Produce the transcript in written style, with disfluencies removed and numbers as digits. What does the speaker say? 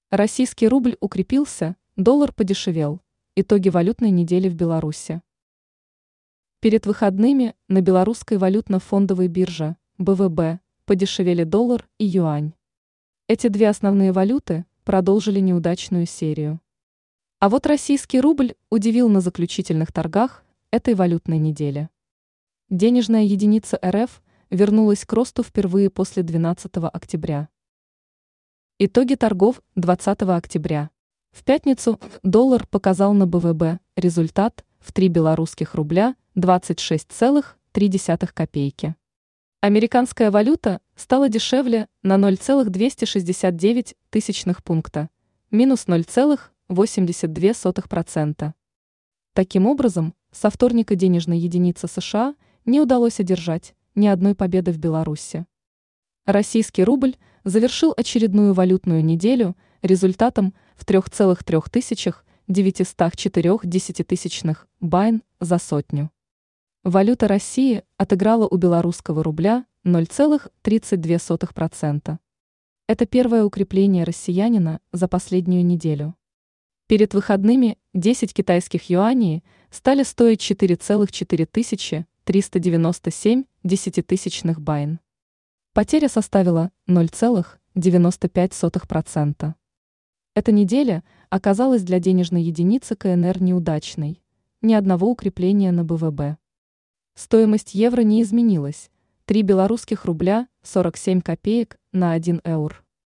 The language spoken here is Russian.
Российский рубль укрепился, доллар подешевел. Итоги валютной недели в Беларуси. Перед выходными на белорусской валютно-фондовой бирже БВБ подешевели доллар и юань. Эти две основные валюты продолжили неудачную серию. А вот российский рубль удивил на заключительных торгах этой валютной недели. Денежная единица РФ вернулась к росту впервые после 12 октября. Итоги торгов 20 октября. В пятницу доллар показал на БВБ результат в 3 белорусских рубля 26,3 копейки. Американская валюта стала дешевле на 0,269 пункта, минус 0,82%. Таким образом, со вторника денежной единицы США не удалось одержать ни одной победы в Беларуси. Российский рубль завершил очередную валютную неделю результатом в 3,3904 байн за сотню. Валюта России отыграла у белорусского рубля 0,32%. Это первое укрепление россиянина за последнюю неделю. Перед выходными 10 китайских юаней стали стоить 4,4397 байн. Потеря составила 0,95%. Эта неделя оказалась для денежной единицы КНР неудачной. Ни одного укрепления на БВБ. Стоимость евро не изменилась. 3 белорусских рубля 47 копеек на 1 eur.